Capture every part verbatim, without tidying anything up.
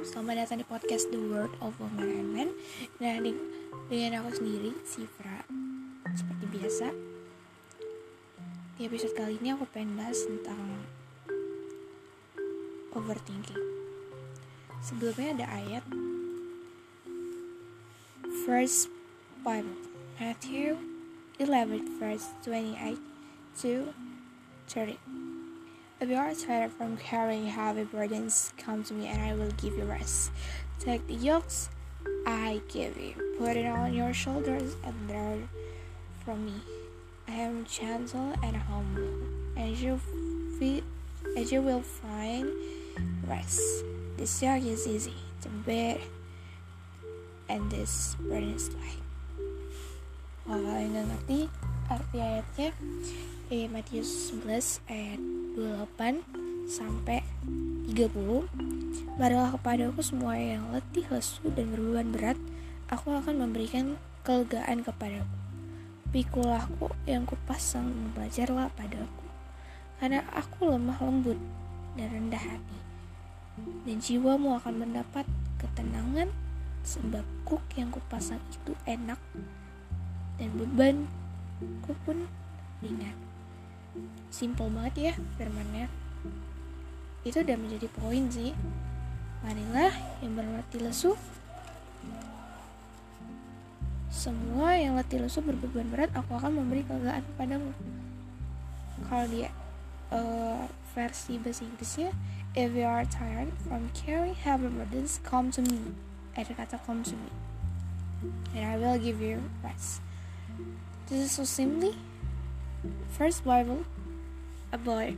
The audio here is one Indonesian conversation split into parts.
selamat datang di podcast The World of Women and Men. Nah, di, dengan aku sendiri, Sifra. Seperti biasa, di episode kali ini aku pengen bahas tentang overthinking. Sebelumnya ada ayat First Bible, Matthew eleven verse twenty-eight to thirty. If you are tired from carrying heavy burdens, come to me and I will give you rest. Take the yokes I give you, put it on your shoulders and learn from me. I am gentle and humble, and you, feel, and you will find rest. This yoke is easy to bear, and this burden is light. Kalau kalian gak ngerti arti ayatnya, eh, Matius sebelas ayat dua puluh delapan sampai tiga puluh. Marilah kepadaku semua yang letih, lesu, dan berbeban berat, aku akan memberikan kelegaan kepadaku. Pikulahku yang kupasang, belajarlah padaku, karena aku lemah lembut dan rendah hati, dan jiwamu akan mendapat ketenangan, sebab kuk yang kupasang itu enak dan bebanku pun ringan. Simple banget ya firmannya. Itu udah menjadi poin sih. Marilah yang berletih lesu, semua yang letih lesu berbeban berat, aku akan memberi kelegaan kepadamu. Kalau dia uh, versi bahasa Inggrisnya, if you are tired from carrying heavy burdens, come to me. Ada kata come to me, and I will give you rest. This is so simply First Bible about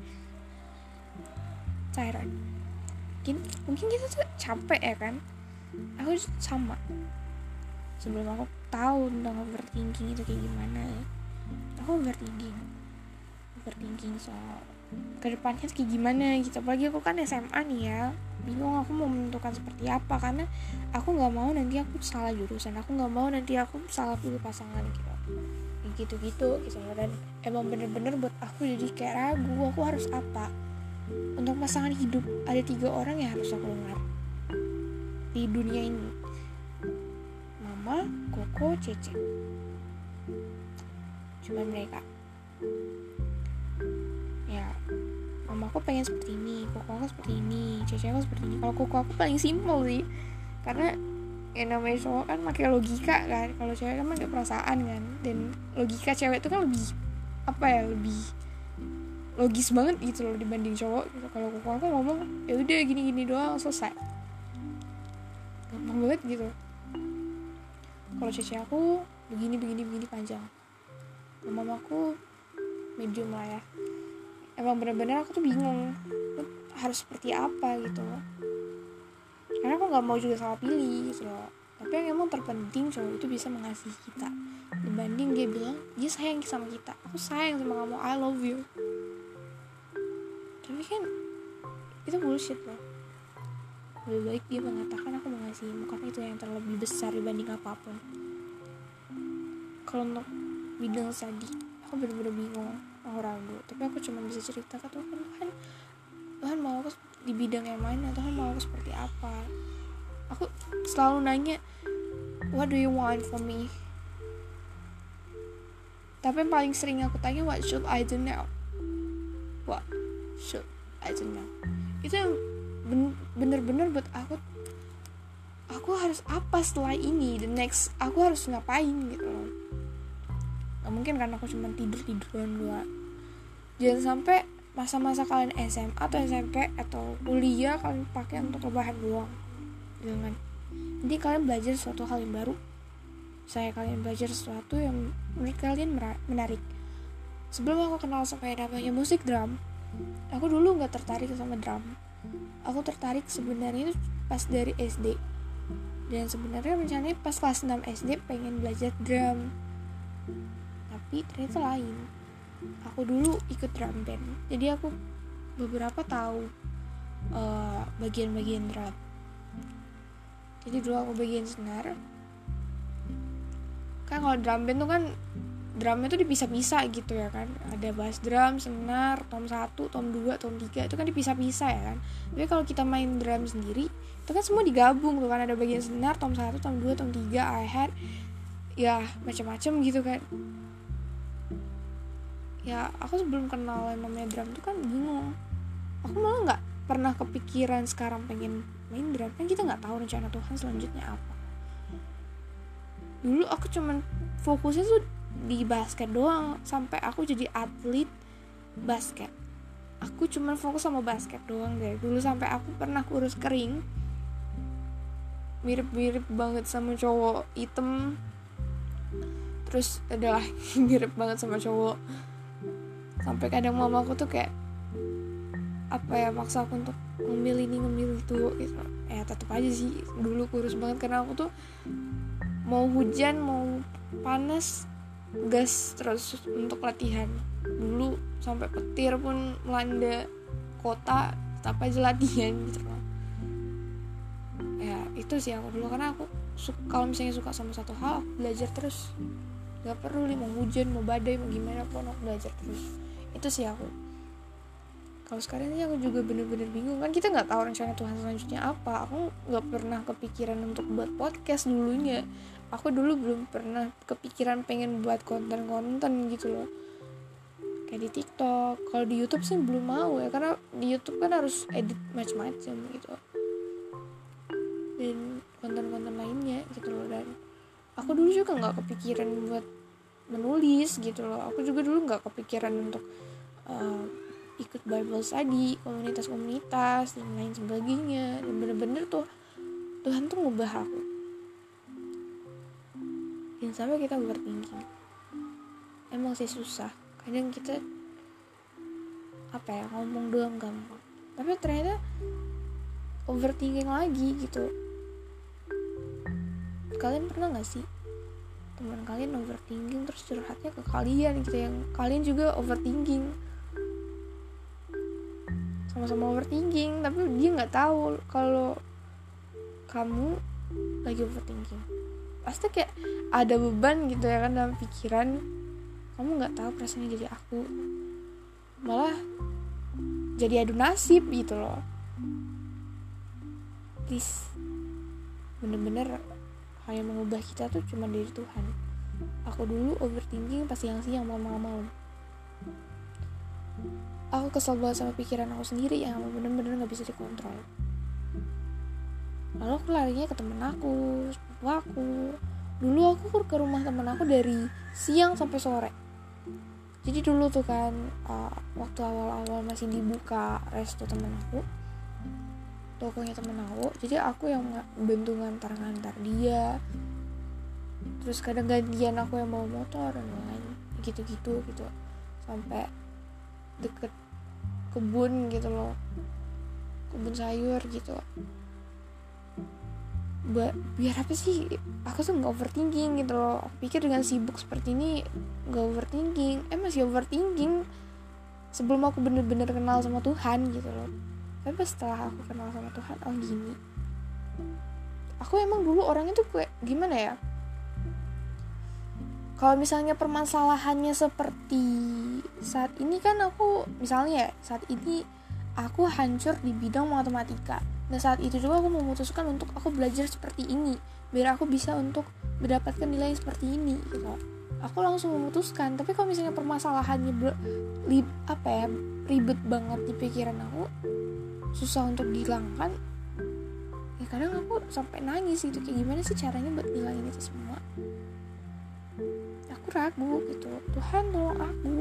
tired. Mungkin, mungkin kita tuh capek ya kan. Aku sama. Sebelum aku tahu tentang overthinking itu kayak gimana ya, aku overthinking Overthinking soal kedepannya kayak gimana gitu. Apalagi aku kan S M A nih ya, bingung aku mau menentukan seperti apa. Karena aku gak mau nanti aku salah jurusan, aku gak mau nanti aku salah pilih pasangan gitu gitu-gitu gitu. Dan emang bener-bener buat aku jadi kayak ragu, aku harus apa. Untuk pasangan hidup ada tiga orang yang harus aku dengar di dunia ini, Mama, Koko, Cece. Cuma mereka. Ya, Mama aku pengen seperti ini, Koko aku seperti ini, Cece aku seperti ini. Kalau Koko aku paling simpel sih, karena yang namanya cowok kan pakai logika kan, kalau cewek kan pakai perasaan kan. Dan logika cewek itu kan lebih apa ya, lebih logis banget gitu loh dibanding cowok gitu. Kalau aku aku ngomong ya udah gini-gini doang selesai, gampang banget gitu. Kalau cece aku begini begini begini panjang, mama aku medium lah ya. Emang benar-benar aku tuh bingung harus seperti apa gitu loh. Karena aku gak mau juga salah pilih gitu loh. Tapi yang emang terpenting cowok itu bisa mengasihi kita, dibanding dia bilang dia sayang sama kita. Aku sayang sama kamu, I love you. Tapi kan itu bullshit loh. Lebih baik dia mengatakan aku mengasihimu, karena itu yang terlebih besar dibanding apapun. Kalau untuk bidang tadi, aku benar-benar bingung, aku ragu. Tapi aku cuma bisa cerita ke Tuhan, Tuhan, Tuhan mau aku di bidang yang mana, Tuhan mau aku seperti apa. Aku selalu nanya, what do you want from me? Tapi yang paling sering aku tanya, what should I do now? What should I do now? Itu yang bener-bener buat aku, aku harus apa setelah ini, the next aku harus ngapain gitu loh. Gak mungkin kan aku cuma tidur-tiduran doang. Jangan sampai masa-masa kalian S M A atau S M P atau kuliah kalian pakai untuk rebahan doang. Jangan. Nanti kalian belajar sesuatu hal yang baru. Saya kalian belajar sesuatu yang menurut kalian menarik. Sebelum aku kenal sama yang namanya musik drum, aku dulu gak tertarik sama drum. Aku tertarik sebenarnya itu pas dari S D. Dan sebenarnya rencananya pas kelas enam S D pengen belajar drum. Tapi ternyata lain. Aku dulu ikut drum band, jadi aku beberapa tahu uh, bagian-bagian drum. Jadi dulu aku bagian senar. Kan kalau drum band tuh kan drumnya tuh dipisah-pisah gitu ya kan. Ada bass drum, senar, tom satu, tom dua, tom tiga, itu kan dipisah-pisah ya kan. Tapi kalau kita main drum sendiri, itu kan semua digabung tuh kan, ada bagian senar, tom satu, tom dua, tom tiga, I had ya macam-macam gitu kan. Ya aku sebelum kenal yang namanya drum tuh kan bingung, aku malah nggak pernah kepikiran sekarang pengen main drum, kan kita nggak tahu rencana Tuhan selanjutnya apa. Dulu aku cuman fokusnya tuh di basket doang, sampai aku jadi atlet basket. Aku cuman fokus sama basket doang dari dulu sampai aku pernah kurus kering, mirip-mirip banget sama cowok hitam. Terus adalah mirip banget sama cowok, sampai kadang mama aku tuh kayak apa ya, maksa aku untuk ngemil ini ngemil itu gitu. Ya tetap aja sih dulu kurus banget, karena aku tuh mau hujan mau panas gas terus untuk latihan. Dulu sampai petir pun melanda kota tetap aja latihan gitu loh. Ya itu sih aku dulu, karena aku suka, kalau misalnya suka sama satu hal aku belajar terus, gak perlu nih mau hujan mau badai mau gimana pun aku belajar terus. Itu sih aku. Kalau sekarang sih aku juga bener-bener bingung, kan kita nggak tahu rencana Tuhan selanjutnya apa. Aku nggak pernah kepikiran untuk buat podcast dulunya. Aku dulu belum pernah kepikiran pengen buat konten-konten gitu loh, kayak di TikTok. Kalau di YouTube sih belum mau ya, karena di YouTube kan harus edit macam-macam gitu, dan konten-konten lainnya gitu loh. Dan aku dulu juga nggak kepikiran buat menulis gitu loh. Aku juga dulu nggak kepikiran untuk uh, ikut Bible study, komunitas-komunitas dan lain sebagainya. Dan bener-bener tuh Tuhan tuh ngubah aku. Dan sampai kita overthinking. Emang sih susah. Kadang kita apa ya, ngomong doang gampang, tapi ternyata overthinking lagi gitu. Kalian pernah gak sih teman kalian overthinking terus curhatnya ke kalian gitu, yang kalian juga overthinking, sama-sama overthinking, tapi dia nggak tahu kalau kamu lagi overthinking. Pasti kayak ada beban gitu ya kan dalam pikiran, kamu nggak tahu perasaannya jadi aku, malah jadi adu nasib gitu loh. Please, bener-bener hal yang mengubah kita tuh cuma dari Tuhan. Aku dulu overthinking pas siang-siang malam-malam. Aku kesel banget sama pikiran aku sendiri yang bener-bener gak bisa dikontrol. Lalu aku larinya ke temen aku, sepupu aku. Dulu aku ke rumah temen aku dari siang sampai sore. Jadi dulu tuh kan uh, waktu awal-awal masih dibuka resto temen aku, tokonya temen aku, jadi aku yang bantu ngantar-ngantar dia. Terus kadang gantian aku yang bawa motor dan lain gitu-gitu gitu, sampai deket kebun gitu loh, kebun sayur gitu. Ba- biar apa sih, aku tuh gak overthinking gitu loh. Aku pikir dengan sibuk seperti ini gak overthinking, eh masih overthinking sebelum aku bener-bener kenal sama Tuhan gitu loh. Tapi setelah aku kenal sama Tuhan, oh gini. Aku emang dulu orangnya tuh kayak gimana ya, kalau misalnya permasalahannya seperti saat ini kan aku, misalnya saat ini aku hancur di bidang matematika. Nah saat itu juga aku memutuskan untuk aku belajar seperti ini, biar aku bisa untuk mendapatkan nilai seperti ini gitu. Aku langsung memutuskan. Tapi kalau misalnya permasalahannya ber, li, apa ya, ribet banget di pikiran aku, susah untuk dihilangkan, ya kadang aku sampai nangis gitu. Kayak gimana sih caranya buat ngilangin itu semua? Aku ragu gitu. Tuhan tolong aku.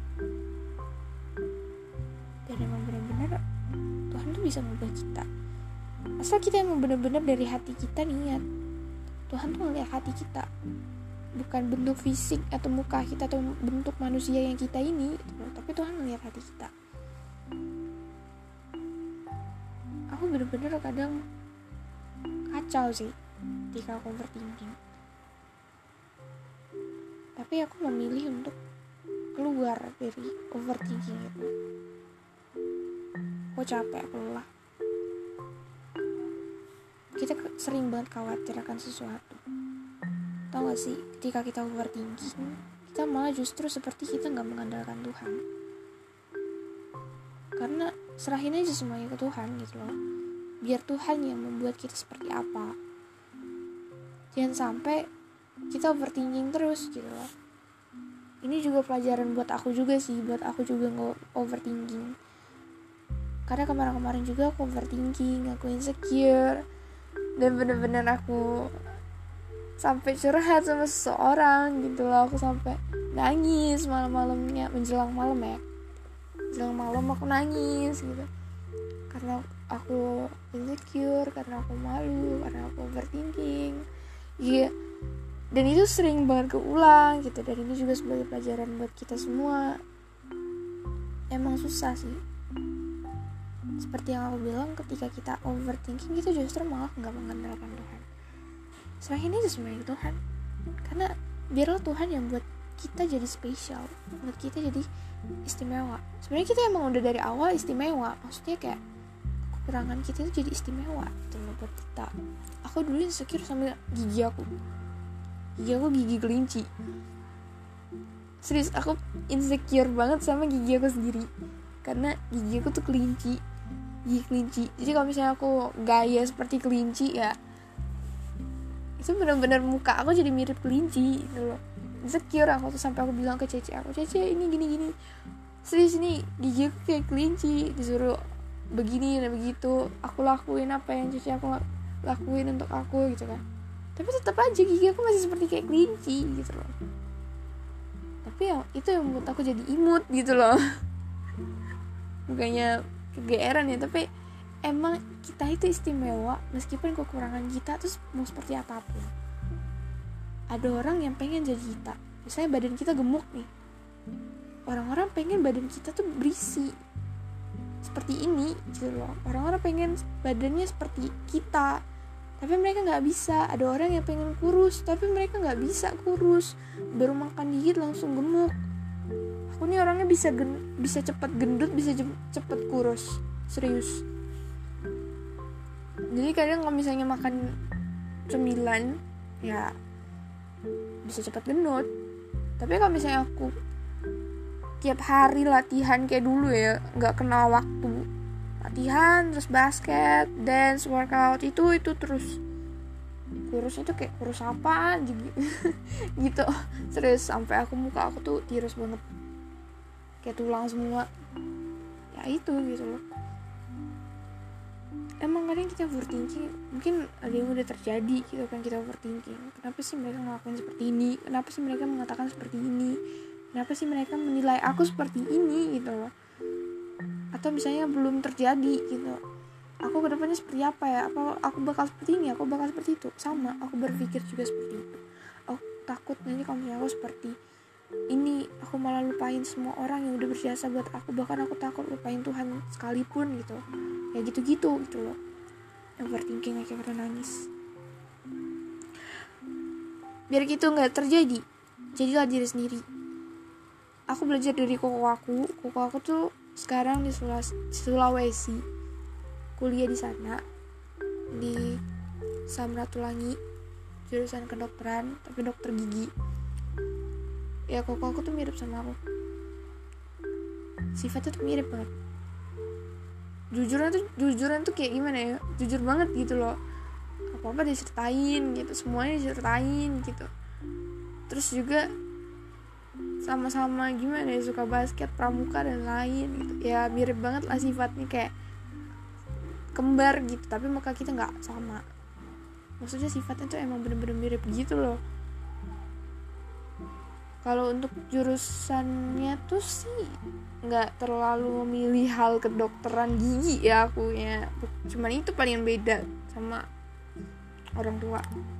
Dan emang benar-benar Tuhan tuh bisa mengubah kita, asal kita emang benar-benar dari hati kita niat. Tuhan tuh ngeliat hati kita, bukan bentuk fisik atau muka kita atau bentuk manusia yang kita ini gitu. Tapi Tuhan ngeliat hati kita. Aku benar-benar kadang kacau sih ketika aku overthinking, tapi aku memilih untuk keluar dari overthinking itu. Aku capek, aku lelah. Kita sering banget khawatir akan sesuatu. Tahu gak sih, ketika kita overthinking, kita malah justru seperti kita gak mengandalkan Tuhan. Karena serahin aja semuanya ke Tuhan gitu loh. biar Tuhan yang membuat kita seperti apa. Jangan sampai kita overthinking terus gitu loh. Ini juga pelajaran buat aku juga sih, buat aku juga nggak overthinking. Karena kemarin-kemarin juga aku overthinking, aku insecure, dan bener-bener aku sampai curhat sama seseorang gitu loh. Aku sampai nangis malam-malamnya, menjelang malam ya, menjelang malam aku nangis gitu. Karena aku insecure, karena aku malu, karena aku overthinking. Iya. Dan itu sering banget keulang gitu. Dan ini juga sebagai pelajaran buat kita semua. Emang susah sih. Seperti yang aku bilang, ketika kita overthinking itu justru malah gak mengandalkan Tuhan. Serahin aja semuanya ke Tuhan. Karena biarlah Tuhan yang buat kita jadi spesial, buat kita jadi istimewa. Sebenarnya kita emang udah dari awal istimewa. Maksudnya kayak kekurangan kita itu jadi istimewa gitu loh buat kita. Aku dulu insecure sama gigi aku. Gigi aku gigi kelinci. Serius, aku insecure banget sama gigi aku sendiri. Karena gigi aku tuh kelinci, gigi kelinci. Jadi kalau misalnya aku gaya seperti kelinci ya, itu benar-benar muka aku jadi mirip kelinci gitu loh. Insecure aku tuh, sampai aku bilang ke Cece aku, Cece ini gini-gini. Serius, ini gigi aku kayak kelinci, disuruh begini dan begitu, aku lakuin apa yang Cece aku lakuin untuk aku gitu kan. Tapi tetap aja gigi aku masih seperti kayak kelinci gitu loh. Tapi ya itu yang membuat aku jadi imut gitu loh. Bukannya kegeeran ya, tapi emang kita itu istimewa meskipun kekurangan kita terus mau seperti apapun. Ada orang yang pengen jadi kita, misalnya badan kita gemuk nih, orang-orang pengen badan kita tuh berisi seperti ini gitu loh. Orang-orang pengen badannya seperti kita, tapi mereka nggak bisa. Ada orang yang pengen kurus, tapi mereka nggak bisa kurus, baru makan dikit langsung gemuk. Aku nih orangnya bisa gen- bisa cepat gendut, bisa jem- cepat kurus, serius. Jadi kadang kalau misalnya makan cemilan ya bisa cepat gendut. Tapi kalau misalnya aku tiap hari latihan kayak dulu ya, nggak kenal waktu, latihan terus basket, dance, workout, itu itu terus kurusnya tuh kayak kurus apa aja gitu. Serius, sampai aku muka aku tuh tirus banget, kayak tulang semua. Ya itu gitu loh. Emang kadang kita overthinking, mungkin ada yang udah terjadi gitu kan, kita overthinking. Kenapa sih mereka ngelakuin seperti ini? Kenapa sih mereka mengatakan seperti ini? Kenapa sih mereka menilai aku seperti ini gitu loh? Atau misalnya belum terjadi gitu, aku kedepannya seperti apa ya? Apa aku bakal seperti ini? Aku bakal seperti itu? Sama, aku berpikir juga seperti itu. Aku takut nanti kalau misalnya aku seperti ini, aku malah lupain semua orang yang udah berjasa buat aku. Bahkan aku takut lupain Tuhan sekalipun gitu. Ya gitu-gitu gitu loh. Overthinking akhirnya nangis. Biar gitu gak terjadi, jadilah diri sendiri. Aku belajar dari koko aku. Koko aku tuh sekarang di Sulawesi, kuliah di sana di Samratulangi, jurusan kedokteran, tapi dokter gigi. Ya koko aku tuh mirip sama aku, sifatnya tuh mirip banget. Jujuran tuh jujuran tuh kayak gimana ya, jujur banget gitu loh. Apa-apa diceritain gitu, semuanya diceritain gitu. Terus juga sama-sama gimana ya, suka basket, pramuka dan lain gitu. Ya mirip banget lah sifatnya, kayak kembar gitu, tapi muka kita nggak sama. Maksudnya sifatnya tuh emang bener-bener mirip gitu loh. Kalau untuk jurusannya tuh sih nggak terlalu memilih hal kedokteran gigi ya aku ya. Cuman itu paling beda sama orang tua.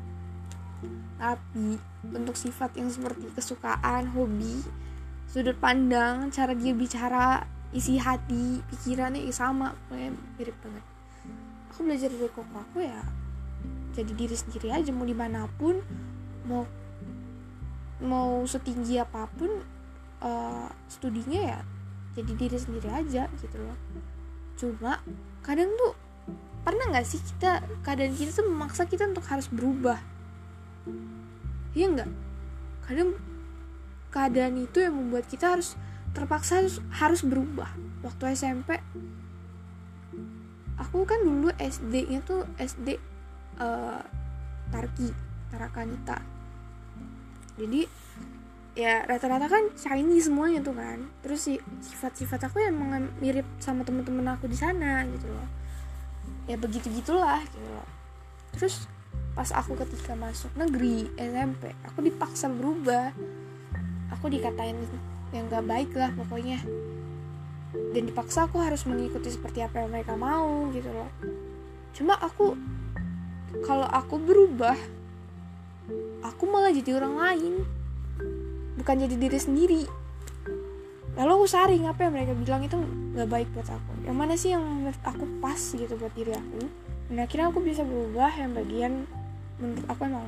Tapi untuk sifat yang seperti kesukaan, hobi, sudut pandang, cara dia bicara, isi hati, pikirannya sama, pokoknya mirip banget. Aku belajar dari koko aku ya, jadi diri sendiri aja, mau dimanapun, mau mau setinggi apapun uh, studinya ya jadi diri sendiri aja gitu loh. Cuma kadang tuh, pernah nggak sih kita, keadaan kita tuh memaksa kita untuk harus berubah? Iya nggak? Kadang keadaan itu yang membuat kita harus terpaksa harus, harus berubah. Waktu S M P aku kan dulu S D-nya tuh S D uh, Tarki, Tarakanita. Jadi ya rata-rata kan Chinese semuanya tuh kan. Terus si sifat-sifat aku emang mirip sama temen-temen aku di sana gitu loh. Ya begitu-gitulah gitu loh. Terus pas aku ketika masuk negeri S M P, aku dipaksa berubah. Aku dikatain yang gak baik lah pokoknya. Dan dipaksa aku harus mengikuti seperti apa yang mereka mau gitu loh. Cuma aku, kalau aku berubah, aku malah jadi orang lain, bukan jadi diri sendiri. Lalu aku saring apa yang mereka bilang itu gak baik buat aku. Yang mana sih yang menurut aku pas gitu buat diri aku. Dan akhirnya aku bisa berubah yang bagian menurut aku emang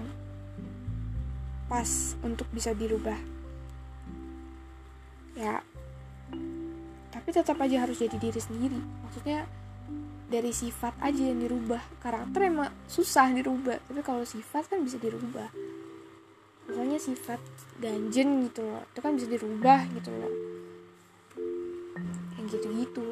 pas untuk bisa dirubah. Ya, tapi tetap aja harus jadi diri sendiri. Maksudnya dari sifat aja yang dirubah. Karakter emang susah dirubah, tapi kalau sifat kan bisa dirubah. Misalnya sifat ganjen gitu loh, itu kan bisa dirubah gitu loh. Yang gitu-gitu.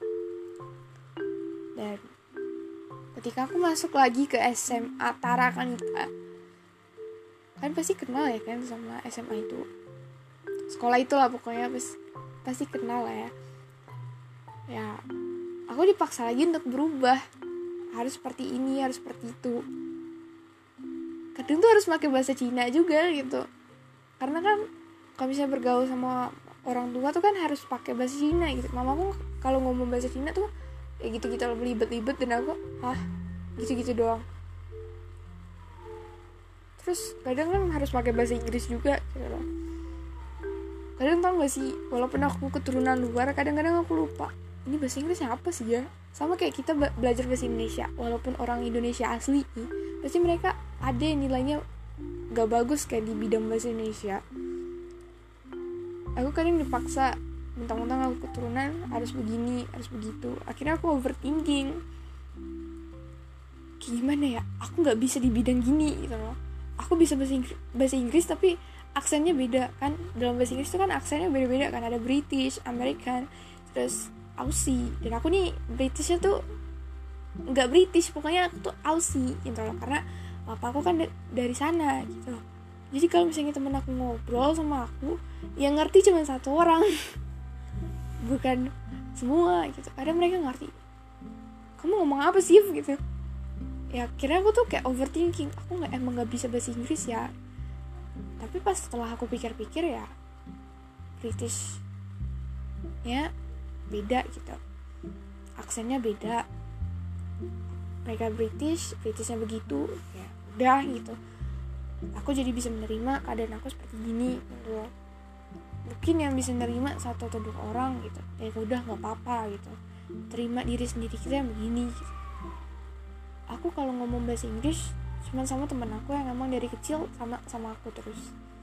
Dan ketika aku masuk lagi ke S M A Tarakanita, kan pasti kenal ya kan sama S M A itu, sekolah itulah pokoknya pas, pasti kenal lah ya. Ya aku dipaksa lagi untuk berubah, harus seperti ini, harus seperti itu. Kadang tuh harus pakai bahasa Cina juga gitu, karena kan kalau misalnya bergaul sama orang tua tuh kan harus pakai bahasa Cina gitu. Mamaku kalau ngomong bahasa Cina tuh ya gitu-gitu belibet-libet, dan aku ah gitu-gitu doang. Terus kadang kan harus pakai bahasa Inggris juga gitu loh. Kadang tau gak sih, walaupun aku keturunan luar, kadang-kadang aku lupa ini bahasa Inggrisnya apa sih ya. Sama kayak kita belajar bahasa Indonesia, walaupun orang Indonesia asli nih, pasti mereka ada yang nilainya gak bagus kayak di bidang bahasa Indonesia. Aku kadang dipaksa, mentang-mentang aku keturunan harus begini, harus begitu. Akhirnya aku overthinking, kayak gimana ya, aku gak bisa di bidang gini gitu loh. Aku bisa bahasa Inggris, bahasa Inggris tapi aksennya beda kan. Dalam bahasa Inggris itu kan aksennya beda-beda kan, ada British, American, terus Aussie. Dan aku nih Britishnya tuh nggak British, pokoknya aku tuh Aussie gitu loh, karena papa aku kan d- dari sana gitu loh. Jadi kalau misalnya temen aku ngobrol sama aku, yang ngerti cuma satu orang bukan semua gitu. Kadang mereka ngerti, kamu ngomong apa sih gitu. Ya akhirnya aku tuh kayak overthinking, aku nggak emang nggak bisa bahasa Inggris ya. Tapi pas setelah aku pikir-pikir ya, British ya beda gitu, aksennya beda. Mereka British, Britishnya begitu, ya udah gitu. Aku jadi bisa menerima keadaan aku seperti gini gitu. Mungkin yang bisa menerima satu atau dua orang gitu, ya udah nggak apa-apa gitu. Terima diri sendiri kita yang begini gitu. Aku kalau ngomong bahasa Inggris cuma sama teman aku yang emang dari kecil sama sama aku terus.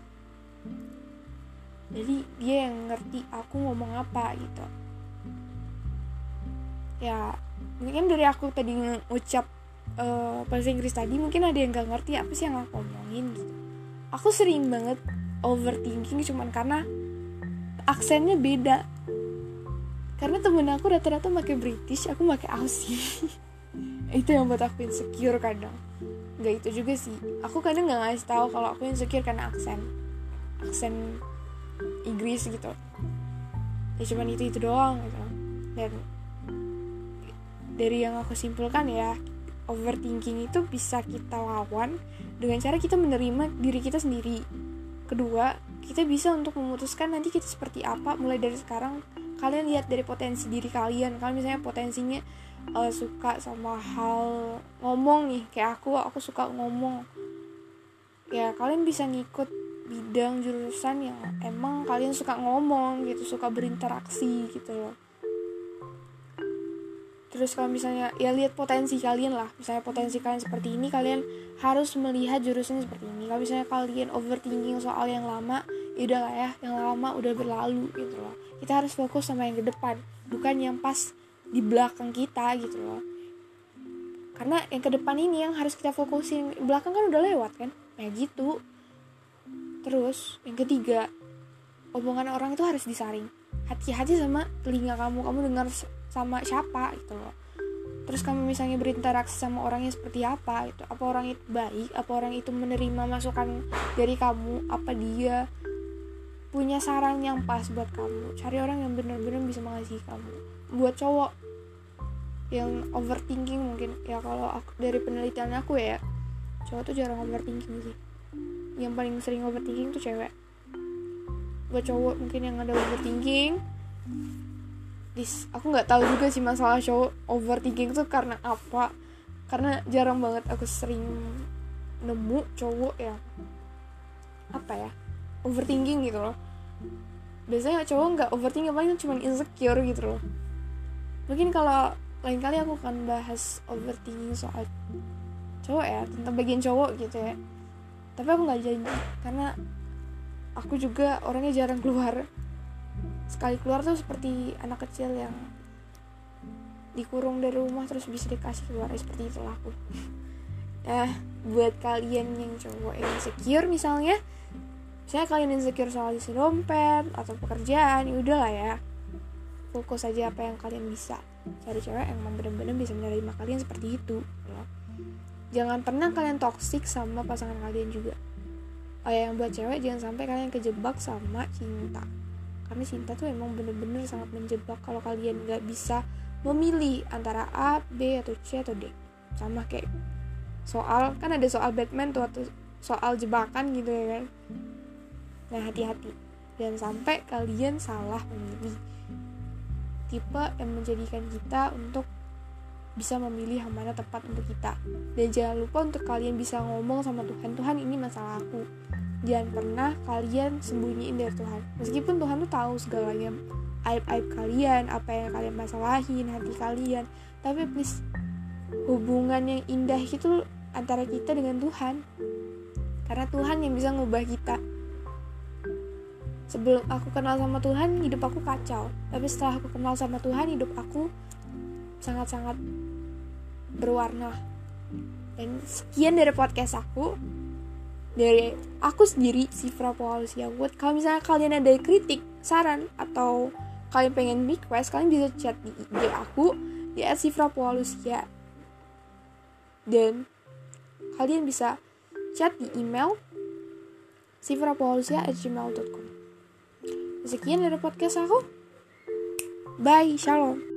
Jadi dia yang ngerti aku ngomong apa gitu. Ya mungkin dari aku tadi ngucap uh, bahasa Inggris tadi, mungkin ada yang gak ngerti apa sih yang aku ngomongin gitu. Aku sering banget overthinking cuman karena aksennya beda. Karena temen aku rata-rata pakai British, aku pakai Aussie. Itu yang buat aku insecure kadang. Gak itu juga sih, aku kadang gak ngasih tahu kalau aku insecure karena aksen aksen Inggris gitu. Ya cuman itu-itu doang gitu. Dan dari yang aku simpulkan ya, overthinking itu bisa kita lawan dengan cara kita menerima diri kita sendiri. Kedua, kita bisa untuk memutuskan nanti kita seperti apa. Mulai dari sekarang, kalian lihat dari potensi diri kalian. Kalau misalnya potensinya uh, suka sama hal ngomong nih, kayak aku, aku suka ngomong, ya kalian bisa ngikut bidang jurusan yang emang kalian suka ngomong gitu, suka berinteraksi gitu loh. Terus kalau misalnya ya lihat potensi kalian lah, misalnya potensi kalian seperti ini, kalian harus melihat jurusan seperti ini. Kalau misalnya kalian overthinking soal yang lama, ya udah lah ya, yang lama udah berlalu gitu loh. Kita harus fokus sama yang ke depan, bukan yang pas di belakang kita gitu loh. Karena yang ke depan ini yang harus kita fokusin, belakang kan udah lewat kan, kayak gitu. Terus yang ketiga, omongan orang itu harus disaring. Hati-hati sama telinga kamu, kamu dengar sama siapa gitu loh. terus kamu misalnya berinteraksi sama orangnya seperti apa gitu, apa orang itu baik, apa orang itu menerima masukan dari kamu, apa dia punya saran yang pas buat kamu. Cari orang yang benar-benar bisa mengasihi kamu. Buat cowok yang overthinking mungkin ya, kalau aku, dari penelitian aku ya, cowok tuh jarang overthinking sih, yang paling sering overthinking tuh cewek. Buat cowok mungkin yang ada overthinking, This, aku nggak tahu juga sih masalah cowok overthinking itu karena apa, karena jarang banget aku sering nemu cowok yang apa ya overthinking gitu loh. Biasanya cowok nggak overthinking, paling cuma insecure gitu loh. Mungkin kalau lain kali aku akan bahas overthinking soal cowok ya, tentang bagian cowok gitu ya, tapi aku nggak janji karena aku juga orangnya jarang keluar. Sekali keluar tuh seperti anak kecil yang dikurung dari rumah terus bisa dikasih keluar, seperti itulah aku. Nah, buat kalian yang cowok yang insecure misalnya, misalnya kalian insecure soal isi dompet atau pekerjaan, ya udahlah ya, fokus aja apa yang kalian bisa. Cari cewek yang benar-benar bisa menerima kalian seperti itu ya. Jangan pernah kalian toksik sama pasangan kalian juga. Oh ya, yang buat cewek, jangan sampai kalian kejebak sama cinta. Karena cinta tuh emang bener-bener sangat menjebak kalau kalian gak bisa memilih antara A, B, atau C, atau D. Sama kayak soal, kan ada soal Batman tuh, atau soal jebakan gitu ya kan. Nah, hati-hati, jangan sampai kalian salah memilih tipe yang menjadikan kita untuk bisa memilih yang mana tepat untuk kita. Dan jangan lupa untuk kalian bisa ngomong sama Tuhan, Tuhan ini masalah aku. Jangan pernah kalian sembunyiin dari Tuhan. Meskipun Tuhan tuh tahu segalanya, aib-aib kalian, apa yang kalian masalahin, hati kalian, tapi please, hubungan yang indah itu antara kita dengan Tuhan. Karena Tuhan yang bisa ngubah kita. Sebelum aku kenal sama Tuhan, hidup aku kacau. Tapi setelah aku kenal sama Tuhan, hidup aku sangat-sangat berwarna. Dan sekian dari podcast aku, dari aku sendiri, Sifra Paulusia. Buat kalau misalnya kalian ada kritik, saran, atau kalian pengen request, kalian bisa chat di I G aku di et sifra paulusia. Dan kalian bisa chat di email sifra paulusia at gmail dot com. Sekian dari podcast aku. Bye, shalom.